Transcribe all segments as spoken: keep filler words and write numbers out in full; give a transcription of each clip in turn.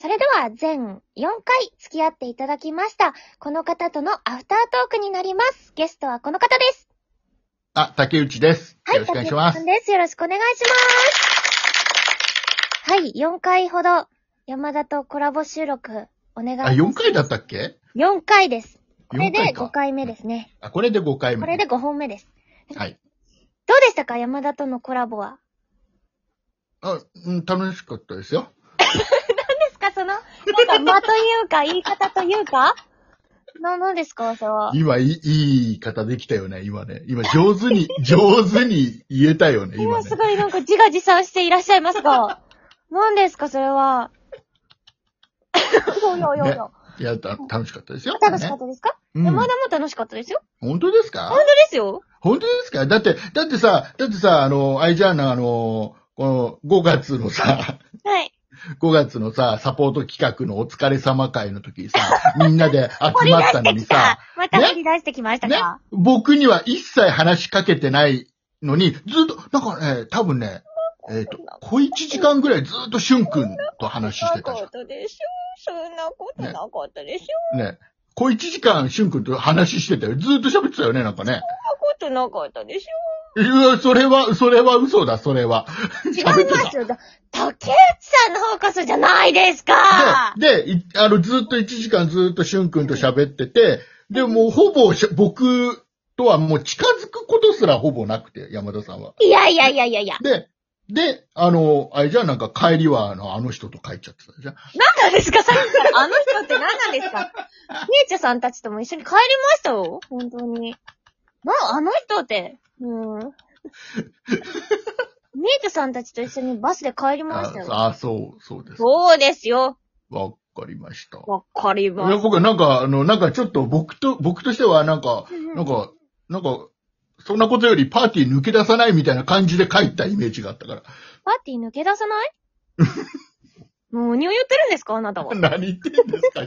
それでは全よんかい付き合っていただきました。この方とのアフタートークになります。ゲストはこの方です。 あ、竹内です。 はい、 よろしくお願いします。 竹内さんです。よろしくお願いします。はい、よんかいほど山田とコラボ収録お願いします。 あ、よんかいだったっけ ? よん 回です。これよんかいでかごかいめですね。 あ、これでごかいめ。 これでごほんめです。 はい。 どうでしたか、山田とのコラボは。 あ、うん、楽しかったですよ。 何ですか、その、なんか間というか、言い方というかな、なんですか、それは。 今、いい、いい言い方できたよね、今ね。今、上手に、上手に言えたよね、今今ね。 すごいなんか自画自賛していらっしゃいますが。何ですか、それは。よよよよ。 いや、た、楽しかったですよ。 楽しかったですか、 うん、 山田も楽しかったですよ。 本当ですか？ 本当ですよ。 本当ですか？だって、だってさ、だってさ、あの、あいちゃんのあの、このごがつのさ、 はい。 ごがつのさ、サポート企画のお疲れ様会の時にさ、みんなで集まったのにさ、 また掘り出してきましたか、 ね、僕には一切話しかけてないのに、ずっと、なんかね、多分ね、えっと、小一時間ぐらいずっとしゅんくんと話してたじゃん。 そんなことでしょ。そんなことなかったでしょ。 ね。ね小一時間しゅんくんと話してたよ。ずっと喋ってたよね、なんかね。 そんなことなかったでしょ。 いや、それは、それは嘘だ、それは。 違いますよ。竹内さんの方こそじゃないですか。 で、で、いあの、ずっといちじかんずっとしゅんくんと喋ってて、で、もうほぼし僕とはもう近づくことすらほぼなくて、山田さんは。 いやいやいやいやいや。 で、で、あの、あれじゃあなんか帰りはあの、あの人と帰っちゃってたじゃん。 何なんですか、さっきからあの人って何なんですか。みえちゃさんたちとも一緒に帰りましたよ。本当に。な、あの人って。うん。みえちゃさんたちと一緒にバスで帰りましたよ。 ああ、そう、そうです。 そうですよ。 わかりました。 わかりました。 いや、僕はなんか、あの、なんかちょっと僕と、僕としてはなんか、なんか、なんか、そんなことよりパーティー抜け出さないみたいな感じで帰ったイメージがあったから。 パーティー抜け出さないもう何を言ってるんですか、あなたは。 何言ってるんですか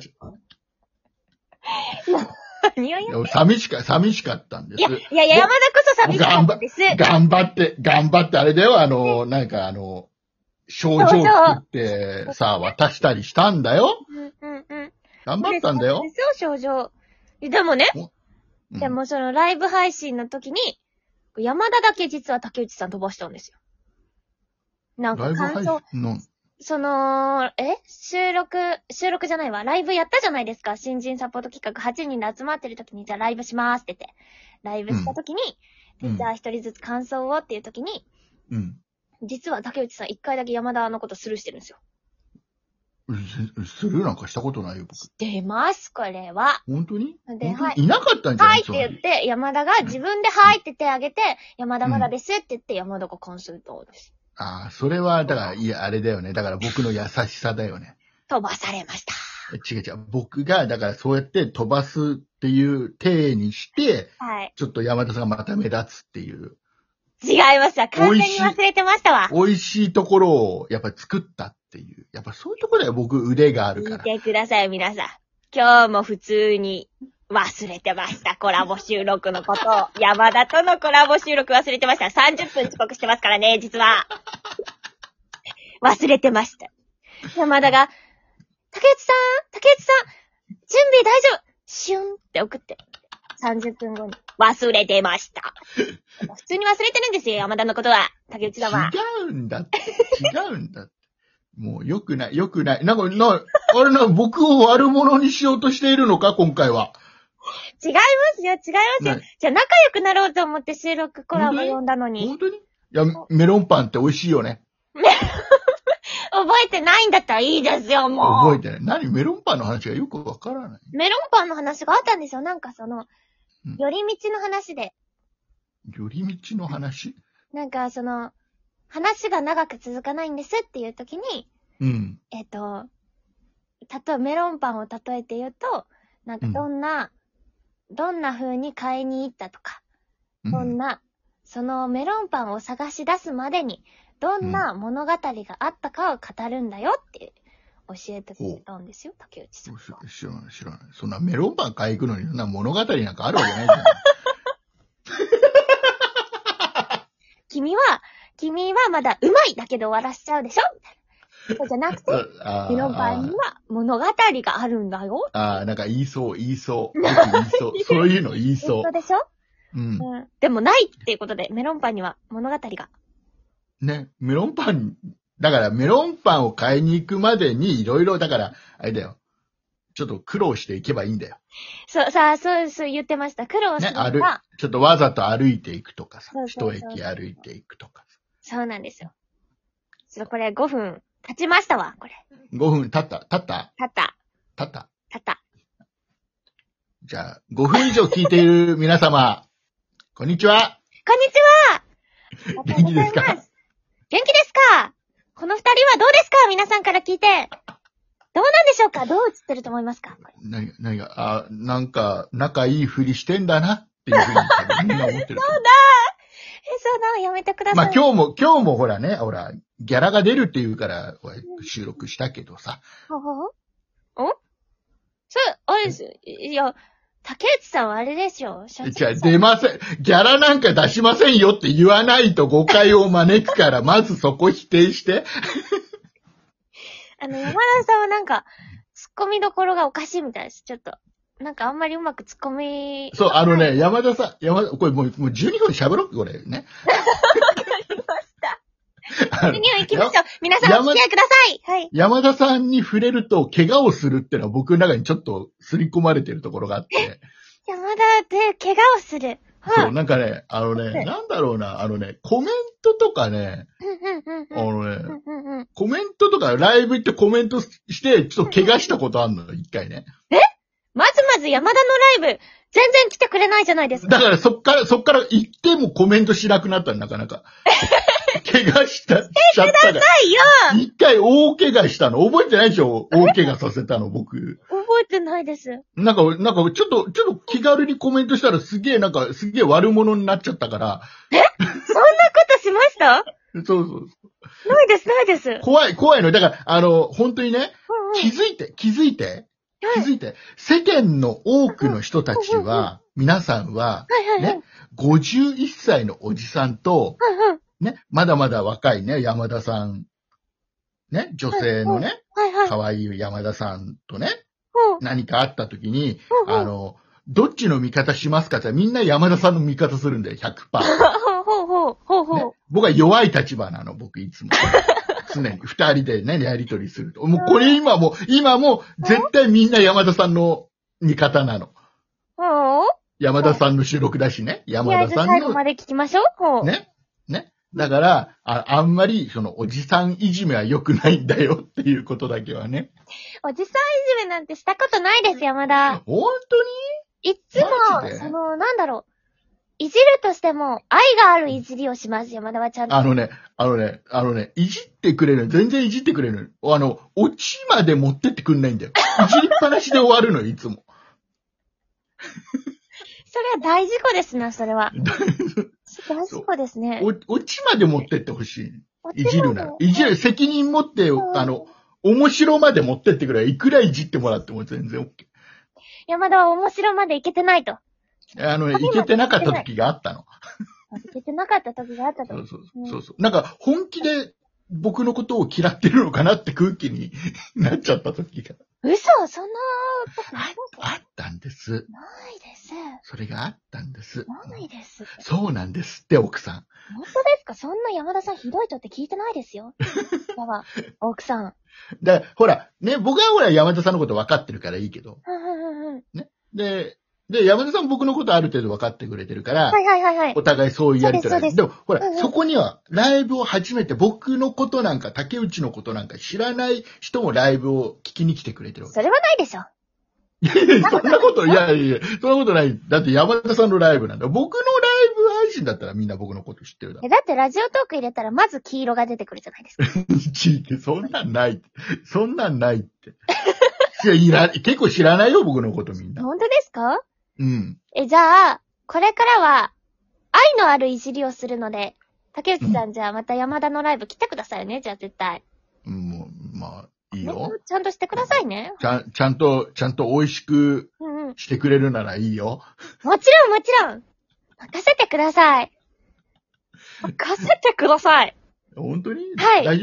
何を言ってるんですか寂しか、寂しかったんです。 いや、いやいや、山田こそ寂しかったです。 頑張って、頑張って、あれだよ、あの、なんかあの、症状作ってさ、渡したりしたんだよ。 うんうんうん。 頑張ったんだよ。 ですよ、症状。でもね、うん、でもそのライブ配信の時に、山田だけ実は竹内さん飛ばしたんですよ。なんか感想、その、え収録、収録じゃないわ。ライブやったじゃないですか。新人サポート企画はちにんで集まってる時に、じゃあライブしますって言って。ライブした時に、うん、じゃあ一人ずつ感想をっていう時に、うん、実は竹内さん一回だけ山田のことスルーしてるんですよ。 スルーなんかしたことないよ、僕。 してます、これは。 本当にで、 はい。いなかったんじゃないはいって言って、山田が自分ではいって手挙げて、山田まだですって言って、山田が感想どうです。 ああ、それは、だから、いや、あれだよね。だから僕の優しさだよね。 飛ばされました。 違う違う。僕が、だからそうやって飛ばすっていう体にして、はい。ちょっと山田さんがまた目立つっていう。 違いますわ。完全に忘れてましたわ。 美味しいところを、やっぱり作ったっていう。やっぱそういうところで僕腕があるから。 聞いてください、皆さん。今日も普通に忘れてました。コラボ収録のことを。山田とのコラボ収録忘れてました。さんじゅっぷん遅刻してますからね、実は。忘れてました。山田が、竹内さん竹内さん準備大丈夫シュンって送って。さんじゅっぷんごに。忘れてました。普通に忘れてるんですよ、山田のことは。竹内さんは。 違うんだって。違うんだって。もう良くない、良くない。なんか、な、あれな、僕を悪者にしようとしているのか、今回は。 違いますよ、違いますよ。じゃあ仲良くなろうと思って収録コラボ呼んだのに。 本当に？いや、メロンパンって美味しいよね。 覚えてないんだったらいいですよ、もう。覚えてない。何メロンパンの話がよくわからない。 メロンパンの話があったんですよ。なんかその、うん、寄り道の話で。 寄り道の話？ なんかその、話が長く続かないんですっていう時に、うん。えっと、たとえメロンパンを例えて言うと、なんかどんな、うん、どんな風に買いに行ったとか、うん、どんな、そのメロンパンを探し出すまでに、どんな物語があったかを語るんだよって教えてくれたんですよ、竹内さん。 知らない、知らない。そんなメロンパン買い行くのに、そんな物語なんかあるわけないじゃん。 君は、君はまだうまいだけで終わらしちゃうでしょみたいな。 そうじゃなくて、メロンパンには物語があるんだよ。 ああ、なんか言いそう、言いそう。よく言いそう。そういうの言いそう。 そうでしょ？ うん、 うん。でもないっていうことで、メロンパンには物語が。 ね、メロンパン、だからメロンパンを買いに行くまでにいろいろ、だから、あれだよ。ちょっと苦労していけばいいんだよ。 そう、さあ、そう、そう言ってました。苦労するのは、ね、 歩ちょっとわざと歩いていくとかさ。一駅歩いていくとかさ。 そうなんですよ。ちょっとこれごふん経ちましたわ、これ。 ごふん経った経った経った。 経った経った。 じゃあ、ごふん以上聞いている皆様、こんにちは。 こんにちは。 元気ですか？ 元気ですか？この二人はどうですか？皆さんから聞いて。どうなんでしょうか？どう映ってると思いますか？ な、なにが、あ、なんか、仲いいふりしてんだな、っていうふうにみんな思ってる。 そうだえ、そうだやめてください。 まあ今日も、今日もほらね、ほら、ギャラが出るっていうから、収録したけどさ。 ほほほおそれ、あれですよ。いや、竹内さんはあれでしょ。 じゃあ出ません。ギャラなんか出しませんよって言わないと誤解を招くから、まずそこ否定して。 あの、山田さんはなんか、突っ込みどころがおかしいみたいです。ちょっと。なんかあんまりうまく突っ込み。 そう、あのね、山田さん、山田、これもう、もうじゅうにふん喋ろうこれね。 わかりました。じゅうにふん行きましょう。皆さんお付き合いください。はい。 山田さんに触れると、怪我をするっていうのは僕の中にちょっと刷り込まれてるところがあって。 山田で怪我をする。 そう、なんかね、あのね、なんだろうな、あのね、コメントとかね、あのね、コメントとかライブ行ってコメントして、ちょっと怪我したことあんのよ、一回ね。 えまずまず山田のライブ、全然来てくれないじゃないですか。 だからそっから、そっから行ってもコメントしなくなったの、なかなか。怪我した、しちゃったから。してくださいよ一回大怪我したの。覚えてないでしょ？大怪我させたの、僕。 覚えてないです。 なんか、なんか、ちょっと、ちょっと気軽にコメントしたらすげえ、なんか、すげえ悪者になっちゃったから。 えそんなことしました？ そうそうそう。 ないです、ないです。 怖い、怖いの。だから、あの、本当にね、うんうん、気づいて、気づいて、気づいて、世間の多くの人たちは、皆さんは、ね、ごじゅういっさいのおじさんと、ね、まだまだ若いね、山田さん、ね、女性のね、可愛い山田さんとね、何かあった時に、あの、どっちの味方しますかってみんな山田さんの味方するんだよ、ひゃくパーセント。 ほうほうほうほう、ね。 僕は弱い立場なの、僕いつも。常に二人でね、やりとりすると。もうこれ今も、今も絶対みんな山田さんの味方なの。山田さんの収録だしね。山田さんの。 最後まで聞きましょう。 ね。ね。だから、あ、あんまり、その、おじさんいじめは良くないんだよっていうことだけはね。 おじさんいじめなんてしたことないです、山田。 本当にいつも、その、なんだろう。いじるとしても、愛があるいじりをします、山田はちゃんと。 あのね、あのね、あのね、いじってくれる。全然いじってくれる。あの、オチまで持ってってくんないんだよ。いじりっぱなしで終わるの、いつも。 それは大事故ですね、それは。大事故ですね。 お、オチまで持ってってほしい。いじるなら。いじる、責任持って、あの、面白まで持ってってくれ。いくらいじってもらっても全然 OK。 山田は面白までいけてないと。 あのね、いけてなかった時があったの。 いけてなかった時があったと。 そうそうそう。そうそう。なんか、本気で僕のことを嫌ってるのかなって空気になっちゃった時が。 嘘そんなことないですあ、あったんです。ないです。 それがあったんです。 ないです。 そうなんですって、奥さん。 本当ですか？そんな山田さんひどい人って聞いてないですよ。やば、奥さん。 で、ほら、ね、僕はほら山田さんのこと分かってるからいいけど。 うんうんうん。 ね。で、で、山田さん僕のことある程度分かってくれてるから、 はいはいはいはい。 お互いそういうやりとり。 で, でも、ほら、 うんうん、 そこには、ライブを初めて僕のことなんか、竹内のことなんか知らない人もライブを聞きに来てくれてるわけ。 それはないでしょ。 いやいや、そんなこと、いやいや、そんなことない。だって山田さんのライブなんだ。僕のライブ配信だったらみんな僕のこと知ってるだろ。 え、だってラジオトーク入れたらまず黄色が出てくるじゃないですか。 ちいそんなんない。そんなんないって。いや、いら、結構知らないよ、僕のことみんな。 本当ですか？ うん。 え、じゃあ、これからは、愛のあるいじりをするので、竹内さん、うん、じゃあまた山田のライブ来てくださいね、じゃあ絶対。 うん、もう、まあ、いいよ。 ちゃんとしてくださいね。 ちゃん、ちゃんと、ちゃんと美味しくしてくれるならいいよ。 うんうん、もちろん、もちろん。任せてください。任せてください。 本当に？ はい。 大丈夫？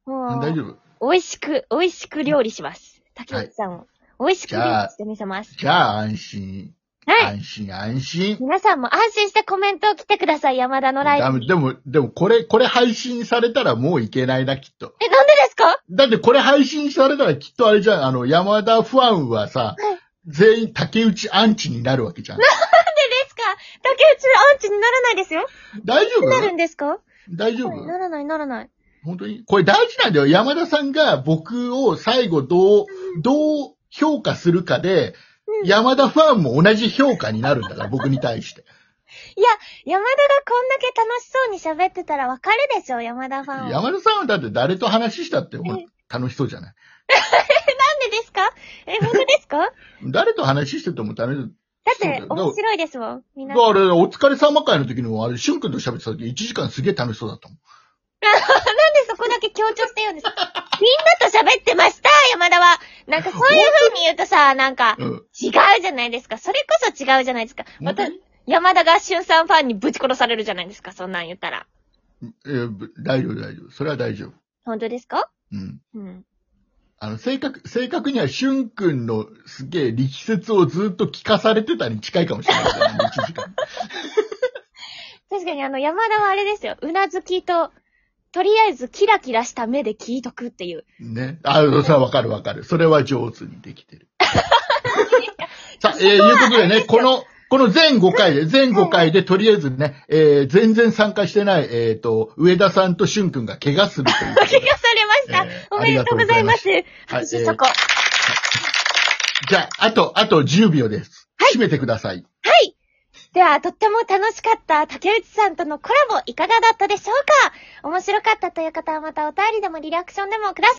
大丈夫。 美味しく、美味しく料理します。竹内さんを。美味しく料理してみせます。 じゃあ、安心。はい。安心、安心。 皆さんも安心してコメントを来てください、山田のライブ。 でも、でも、これ、これ配信されたらもういけないな、きっと。 え、なんでですか？ だってこれ配信されたらきっとあれじゃん、あの、山田ファンはさ、はい、全員竹内アンチになるわけじゃん。 なんでですか？竹内アンチにならないですよ。 大丈夫？ なるんですか？ 大丈夫？ ならない、ならない。 本当にこれ大事なんだよ。山田さんが僕を最後どう、どう評価するかで、うん、山田ファンも同じ評価になるんだから、僕に対して。 いや、山田がこんだけ楽しそうに喋ってたらわかるでしょ、山田ファンは。 山田さんはだって誰と話したって楽しそうじゃない。 なんでですか？え、本当ですか？ 誰と話してても楽しそう。 だって、面白いですもん。 みんな。あれ、お疲れ様会の時の、あれ、しゅんくんと喋ってた時いちじかんすげえ楽しそうだったもん。 なんでそこだけ強調して言うんですか？みんなと喋ってました、山田は。なんかそういう風に言うとさ、なんか、違うじゃないですか。それこそ違うじゃないですか。また、山田がしゅんさんファンにぶち殺されるじゃないですか、そんなん言ったら。 えー、大丈夫、大丈夫。それは大丈夫。 本当ですか？ うん。うん。あの、正確、正確にはしゅんくんのすげえ力説をずっと聞かされてたに近いかもしれないですね、いちじかん。 確かにあの、山田はあれですよ。うなずきと、とりあえずキラキラした目で聞いとくっていう。 ね。あ、それはわかるわかる。それは上手にできてる。さあ、えー、いうことでね、この、この全ごかいで、全ごかいでとりあえずね、えー、全然参加してない、えっと、上田さんとしゅんくんが怪我するという。 怪我されました、えー。おめでとうございます。拍手そこ。 じゃあ、あと、あとじゅうびょうです。はい。締めてください。 はい。では、とっても楽しかった竹内さんとのコラボいかがだったでしょうか？面白かったという方はまたお便りでもリアクションでもください。